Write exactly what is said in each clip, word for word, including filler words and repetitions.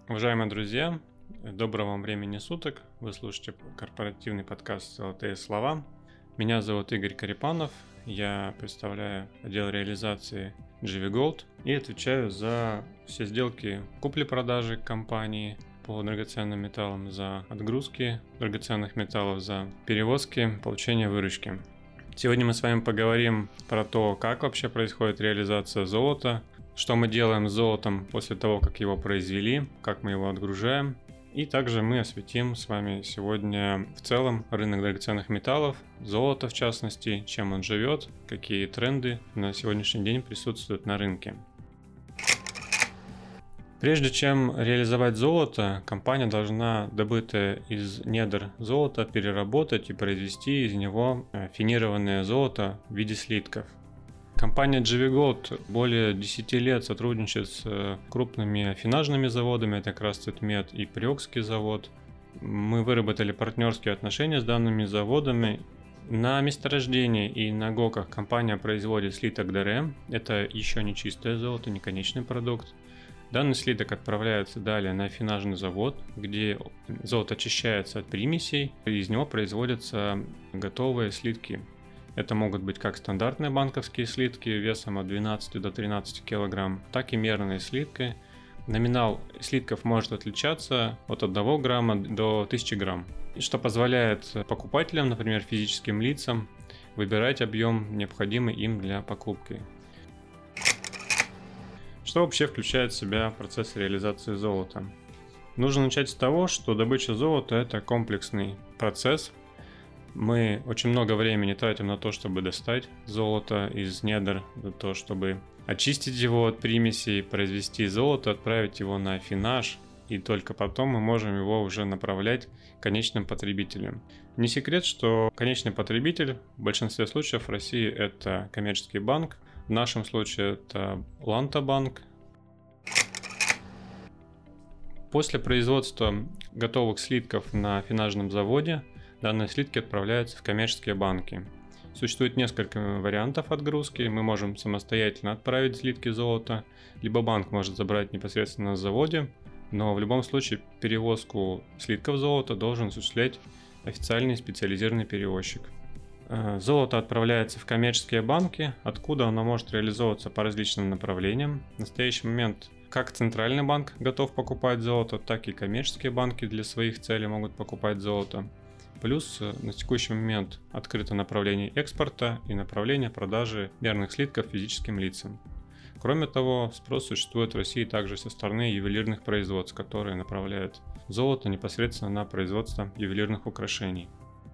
Уважаемые друзья, доброго вам времени суток. Вы слушаете корпоративный подкаст «Золотые слова». Меня зовут Игорь Карипанов. Я представляю отдел реализации джи ви Gold и отвечаю за все сделки купли-продажи компании по драгоценным металлам, за отгрузки драгоценных металлов, за перевозки, получение выручки. Сегодня мы с вами поговорим про то, как вообще происходит реализация золота, что мы делаем с золотом после того, как его произвели, как мы его отгружаем. И также мы осветим с вами сегодня в целом рынок драгоценных металлов, золото в частности, чем он живет, какие тренды на сегодняшний день присутствуют на рынке. Прежде чем реализовать золото, компания должна добытое из недр золота переработать и произвести из него финированное золото в виде слитков. Компания джи ви Gold более десяти лет сотрудничает с крупными афинажными заводами, это Красцветмет и Приокский завод. Мы выработали партнерские отношения с данными заводами. На месторождении и на ГОКах компания производит слиток ДР, это еще не чистое золото, не конечный продукт. Данный слиток отправляется далее на афинажный завод, где золото очищается от примесей, и из него производятся готовые слитки. Это могут быть как стандартные банковские слитки весом от двенадцати до тринадцати килограмм, так и мерные слитки. Номинал слитков может отличаться от одного грамма до тысячи грамм, что позволяет покупателям, например, физическим лицам, выбирать объем, необходимый им для покупки. Что вообще включает в себя процесс реализации золота? Нужно начать с того, что добыча золота – это комплексный процесс. Мы очень много времени тратим на то, чтобы достать золото из недр, на то, чтобы очистить его от примесей, произвести золото, отправить его на афинаж, и только потом мы можем его уже направлять конечным потребителям. Не секрет, что конечный потребитель в большинстве случаев в России это коммерческий банк, в нашем случае это Ланта-банк. После производства готовых слитков на афинажном заводе данные слитки отправляются в коммерческие банки. Существует несколько вариантов отгрузки. Мы можем самостоятельно отправить слитки золота, либо банк может забрать непосредственно на заводе, но в любом случае перевозку слитков золота должен осуществлять официальный специализированный перевозчик. Золото отправляется в коммерческие банки, откуда оно может реализовываться по различным направлениям. В настоящий момент как Центральный банк готов покупать золото, так и коммерческие банки для своих целей могут покупать золото. Плюс на текущий момент открыто направление экспорта и направление продажи мерных слитков физическим лицам. Кроме того, спрос существует в России также со стороны ювелирных производств, которые направляют золото непосредственно на производство ювелирных украшений.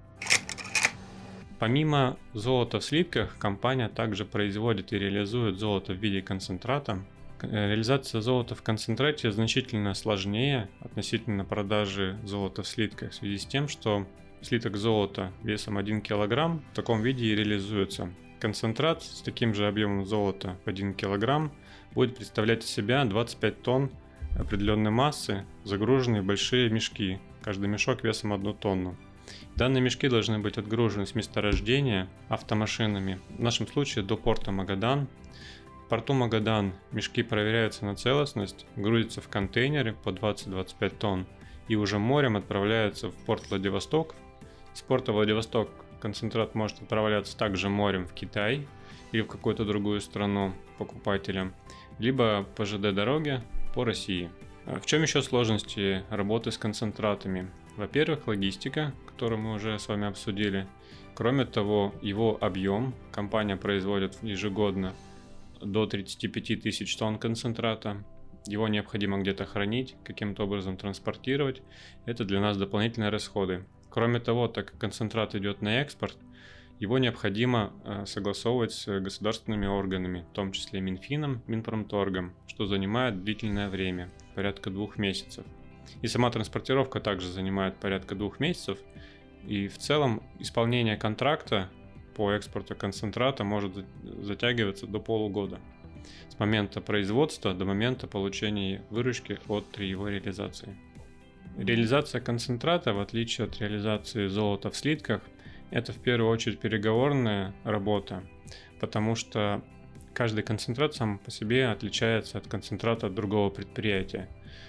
Помимо золота в слитках, компания также производит и реализует золото в виде концентрата. Реализация золота в концентрате значительно сложнее относительно продажи золота в слитках в связи с тем, что слиток золота весом один килограмм в таком виде и реализуется. Концентрат с таким же объемом золота в один килограмм будет представлять из себя двадцать пять тонн определенной массы, загруженные в большие мешки, каждый мешок весом одну тонну. Данные мешки должны быть отгружены с месторождения автомашинами, в нашем случае до порта Магадан. В порту Магадан мешки проверяются на целостность, грузятся в контейнеры по двадцать-двадцать пять тонн и уже морем отправляются в порт Владивосток. С порта Владивосток концентрат может отправляться также морем в Китай или в какую-то другую страну покупателям, либо по ЖД дороге по России. В чем еще сложности работы с концентратами? Во-первых, логистика, которую мы уже с вами обсудили. Кроме того, его объем. Компания производит ежегодно до тридцати пяти тысяч тонн концентрата. Его необходимо где-то хранить, каким-то образом транспортировать. Это для нас дополнительные расходы. Кроме того, так как концентрат идет на экспорт, его необходимо согласовывать с государственными органами, в том числе Минфином, Минпромторгом, что занимает длительное время, порядка двух месяцев. И сама транспортировка также занимает порядка двух месяцев. И в целом исполнение контракта по экспорту концентрата может затягиваться до полугода. С момента производства до момента получения выручки от его реализации. Реализация концентрата, в отличие от реализации золота в слитках, это в первую очередь переговорная работа, потому что каждый концентрат сам по себе отличается от концентрата другого предприятия.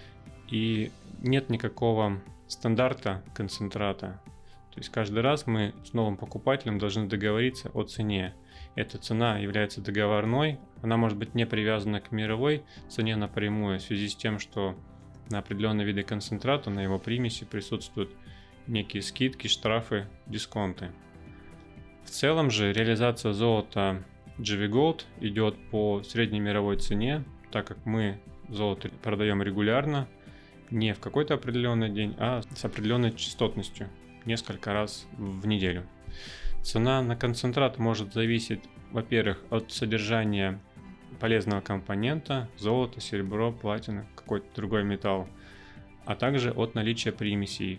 и нет никакого стандарта концентрата. То есть каждый раз мы с новым покупателем должны договориться о цене. Эта цена является договорной, она может быть не привязана к мировой цене напрямую в связи с тем, что на определенные виды концентрата, на его примеси присутствуют некие скидки, штрафы, дисконты. В целом же реализация золота джи ви Gold идет по средней мировой цене, так как мы золото продаем регулярно, не в какой-то определенный день, а с определенной частотностью, несколько раз в неделю. Цена на концентрат может зависеть, во-первых, от содержания полезного компонента, золото, серебро, платина, какой-то другой металл, а также от наличия примесей.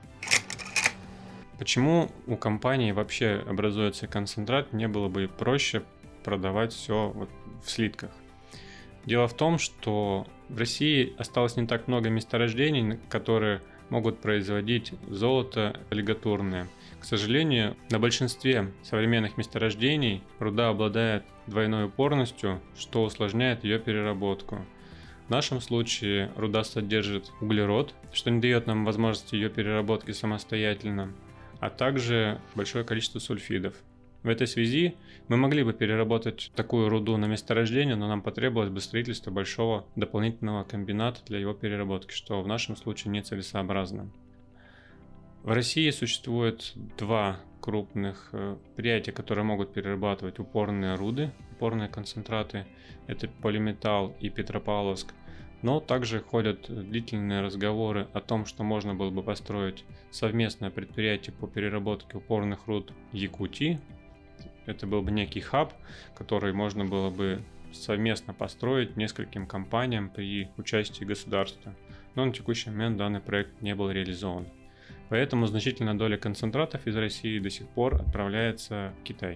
Почему у компании вообще образуется концентрат, не было бы проще продавать все вот в слитках? Дело в том, что в России осталось не так много месторождений, которые могут производить золото лигатурное. К сожалению, на большинстве современных месторождений руда обладает двойной упорностью, что усложняет ее переработку. В нашем случае руда содержит углерод, что не дает нам возможности ее переработки самостоятельно, а также большое количество сульфидов. В этой связи мы могли бы переработать такую руду на месторождение, но нам потребовалось бы строительство большого дополнительного комбината для его переработки, что в нашем случае нецелесообразно. В России существует два крупных предприятия, которые могут перерабатывать упорные руды, упорные концентраты. Это Полиметалл и Петропавловск. Но также ходят длительные разговоры о том, что можно было бы построить совместное предприятие по переработке упорных руд в Якутии. Это был бы некий хаб, который можно было бы совместно построить нескольким компаниям при участии государства. Но на текущий момент данный проект не был реализован. Поэтому значительная доля концентратов из России до сих пор отправляется в Китай.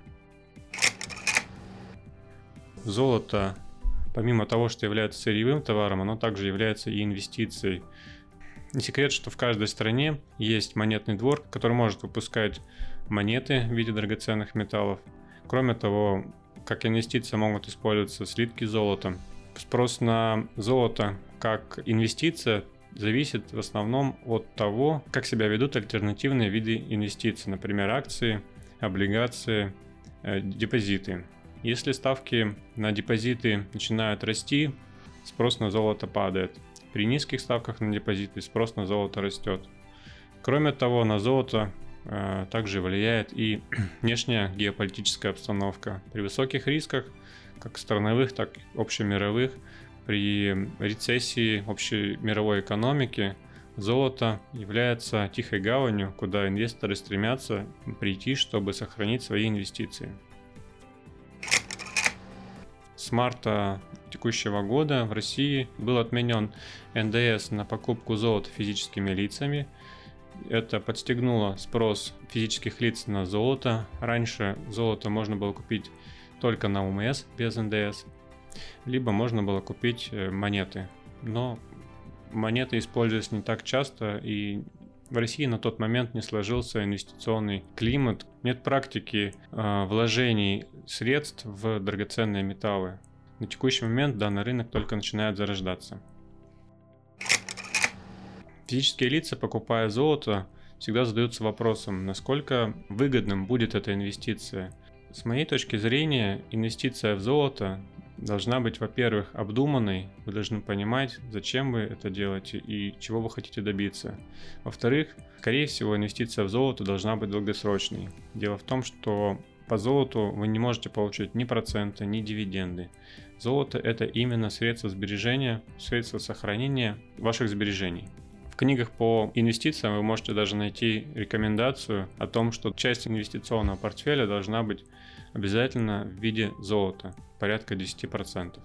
Золото, помимо того, что является сырьевым товаром, оно также является и инвестицией. Не секрет, что в каждой стране есть монетный двор, который может выпускать монеты в виде драгоценных металлов. Кроме того, как инвестиция могут использоваться слитки золота. Спрос на золото как инвестиция зависит в основном от того, как себя ведут альтернативные виды инвестиций, например, акции, облигации, э, депозиты. Если ставки на депозиты начинают расти, спрос на золото падает. При низких ставках на депозиты спрос на золото растет. Кроме того, на золото э, также влияет и внешняя геополитическая обстановка. При высоких рисках, как страновых, так и общемировых, при рецессии общей мировой экономики, золото является тихой гаванью, куда инвесторы стремятся прийти, чтобы сохранить свои инвестиции. С марта текущего года в России был отменен эн дэ эс на покупку золота физическими лицами. Это подстегнуло спрос физических лиц на золото. Раньше золото можно было купить только на о эм эс без эн дэ эс, либо можно было купить монеты. Но монеты использовались не так часто, и в России на тот момент не сложился инвестиционный климат. Нет практики э, вложений средств в драгоценные металлы. На текущий момент данный рынок только начинает зарождаться. Физические лица, покупая золото, всегда задаются вопросом, насколько выгодным будет эта инвестиция. С моей точки зрения, инвестиция в золото должна быть, во-первых, обдуманной. Вы должны понимать, зачем вы это делаете и чего вы хотите добиться. Во-вторых, скорее всего, инвестиция в золото должна быть долгосрочной. Дело в том, что по золоту вы не можете получить ни проценты, ни дивиденды. Золото – это именно средство сбережения, средство сохранения ваших сбережений. В книгах по инвестициям вы можете даже найти рекомендацию о том, что часть инвестиционного портфеля должна быть обязательно в виде золота, порядка десять процентов.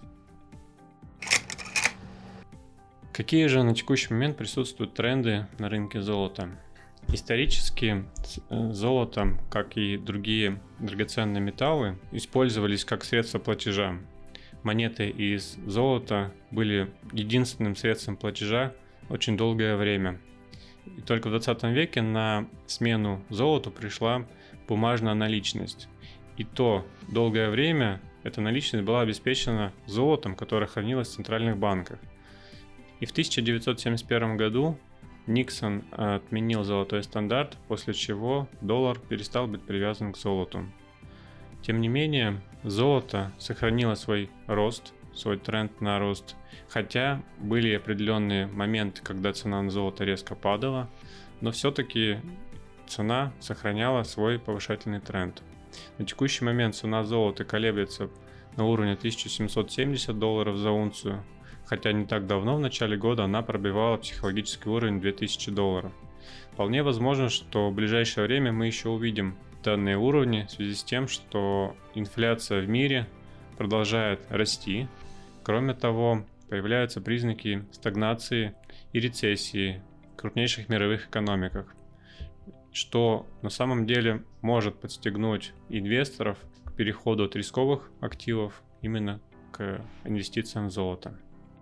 Какие же на текущий момент присутствуют тренды на рынке золота? Исторически золото, как и другие драгоценные металлы, использовались как средство платежа. Монеты из золота были единственным средством платежа очень долгое время. И только в двадцатом веке на смену золоту пришла бумажная наличность. И то долгое время эта наличность была обеспечена золотом, которое хранилось в центральных банках. И в тысяча девятьсот семьдесят первом году Никсон отменил золотой стандарт, после чего доллар перестал быть привязан к золоту. Тем не менее, золото сохранило свой рост, свой тренд на рост, хотя были определенные моменты, когда цена на золото резко падала, но все-таки цена сохраняла свой повышательный тренд. На текущий момент цена золота колеблется на уровне тысяча семьсот семьдесят долларов за унцию, хотя не так давно, в начале года, она пробивала психологический уровень две тысячи долларов. Вполне возможно, что в ближайшее время мы еще увидим данные уровни в связи с тем, что инфляция в мире продолжает расти. Кроме того, появляются признаки стагнации и рецессии в крупнейших мировых экономиках, что на самом деле может подстегнуть инвесторов к переходу от рисковых активов именно к инвестициям в золото.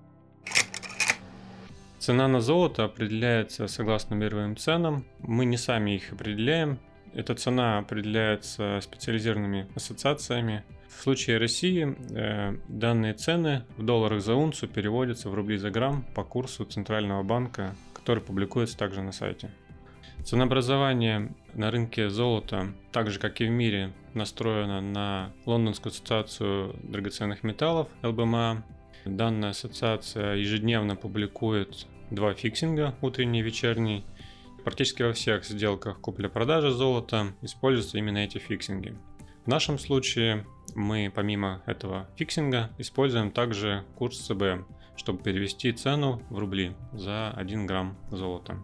Цена на золото определяется согласно мировым ценам. Мы не сами их определяем. Эта цена определяется специализированными ассоциациями. В случае России э, данные цены в долларах за унцию переводятся в рубли за грамм по курсу Центрального банка, который публикуется также на сайте. Ценообразование на рынке золота, так же как и в мире, настроено на Лондонскую ассоциацию драгоценных металлов эл бэ эм а. Данная ассоциация ежедневно публикует два фиксинга, утренний и вечерний. Практически во всех сделках купли-продажи золота используются именно эти фиксинги. В нашем случае мы помимо этого фиксинга используем также курс цэ бэ, чтобы перевести цену в рубли за один грамм золота.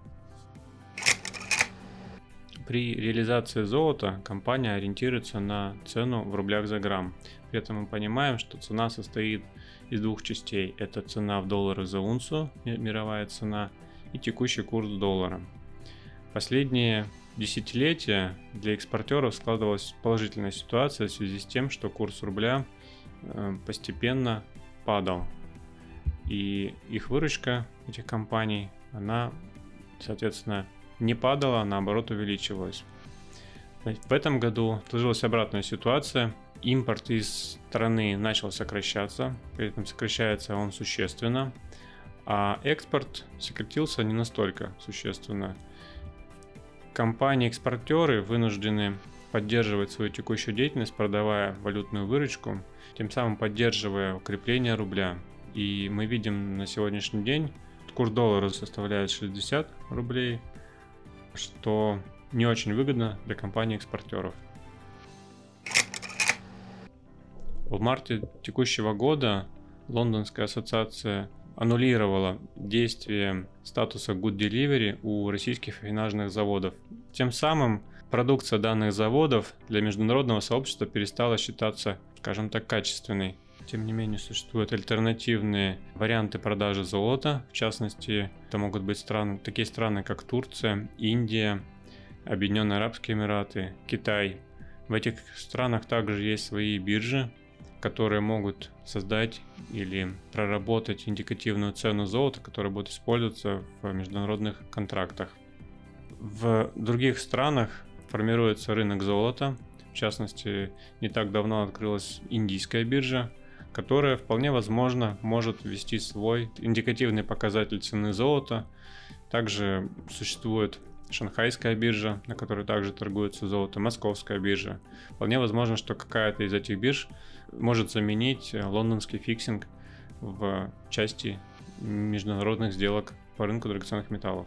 При реализации золота компания ориентируется на цену в рублях за грамм. При этом мы понимаем, что цена состоит из двух частей. Это цена в долларах за унцию, мировая цена, и текущий курс доллара. Последние десятилетия для экспортеров складывалась положительная ситуация в связи с тем, что курс рубля постепенно падал. И их выручка, этих компаний, она, соответственно, не падала, а наоборот увеличивалась. В этом году сложилась обратная ситуация. Импорт из страны начал сокращаться, при этом сокращается он существенно, а экспорт сократился не настолько существенно. Компании-экспортеры вынуждены поддерживать свою текущую деятельность, продавая валютную выручку, тем самым поддерживая укрепление рубля. И мы видим на сегодняшний день, курс доллара составляет шестьдесят рублей, что не очень выгодно для компаний-экспортеров. В марте текущего года Лондонская ассоциация аннулировала действие статуса Good Delivery у российских рафинажных заводов. Тем самым продукция данных заводов для международного сообщества перестала считаться, скажем так, качественной. Тем не менее, существуют альтернативные варианты продажи золота. В частности, это могут быть страны, такие страны, как Турция, Индия, Объединенные Арабские Эмираты, Китай. В этих странах также есть свои биржи, которые могут создать или проработать индикативную цену золота, которая будет использоваться в международных контрактах. В других странах формируется рынок золота. В частности, не так давно открылась индийская биржа, которая вполне возможно может ввести свой индикативный показатель цены золота. Также существует Шанхайская биржа, на которой также торгуется золото, Московская биржа. Вполне возможно, что какая-то из этих бирж может заменить лондонский фиксинг в части международных сделок по рынку драгоценных металлов.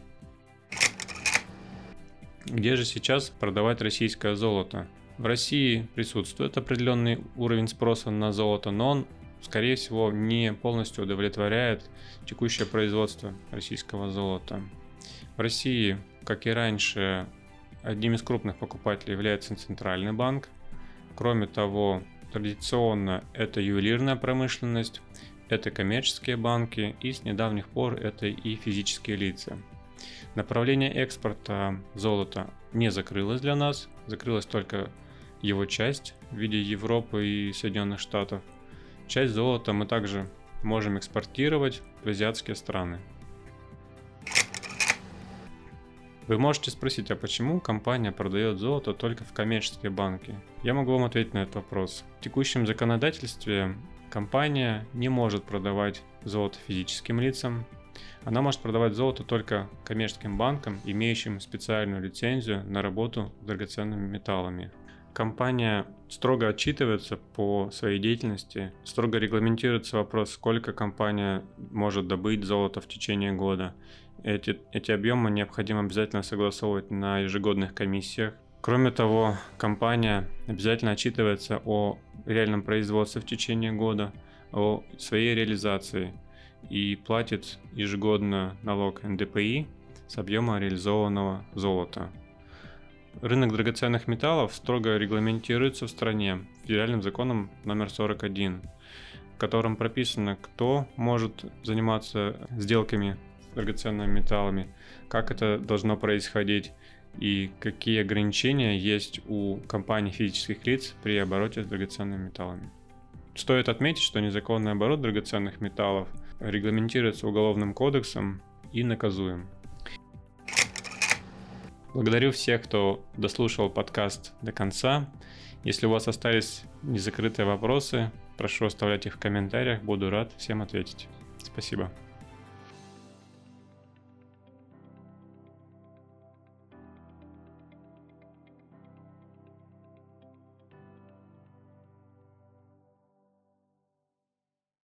Где же сейчас продавать российское золото? В России присутствует определенный уровень спроса на золото, но он, скорее всего, не полностью удовлетворяет текущее производство российского золота. В России, как и раньше, одним из крупных покупателей является Центральный банк. Кроме того, традиционно это ювелирная промышленность, это коммерческие банки и с недавних пор это и физические лица. Направление экспорта золота не закрылось для нас, закрылась только его часть в виде Европы и Соединенных Штатов. Часть золота мы также можем экспортировать в азиатские страны. Вы можете спросить, а почему компания продает золото только в коммерческие банки? Я могу вам ответить на этот вопрос. В текущем законодательстве компания не может продавать золото физическим лицам. Она может продавать золото только коммерческим банкам, имеющим специальную лицензию на работу с драгоценными металлами. Компания строго отчитывается по своей деятельности, строго регламентируется вопрос, сколько компания может добыть золота в течение года. Эти, эти объемы необходимо обязательно согласовывать на ежегодных комиссиях. Кроме того, компания обязательно отчитывается о реальном производстве в течение года, о своей реализации и платит ежегодно налог эн дэ пэ и с объема реализованного золота. Рынок драгоценных металлов строго регламентируется в стране федеральным законом номер сорок один, в котором прописано, кто может заниматься сделками с драгоценными металлами, как это должно происходить и какие ограничения есть у компаний физических лиц при обороте с драгоценными металлами. Стоит отметить, что незаконный оборот драгоценных металлов регламентируется Уголовным кодексом и наказуем. Благодарю всех, кто дослушал подкаст до конца. Если у вас остались незакрытые вопросы, прошу оставлять их в комментариях, буду рад всем ответить. Спасибо.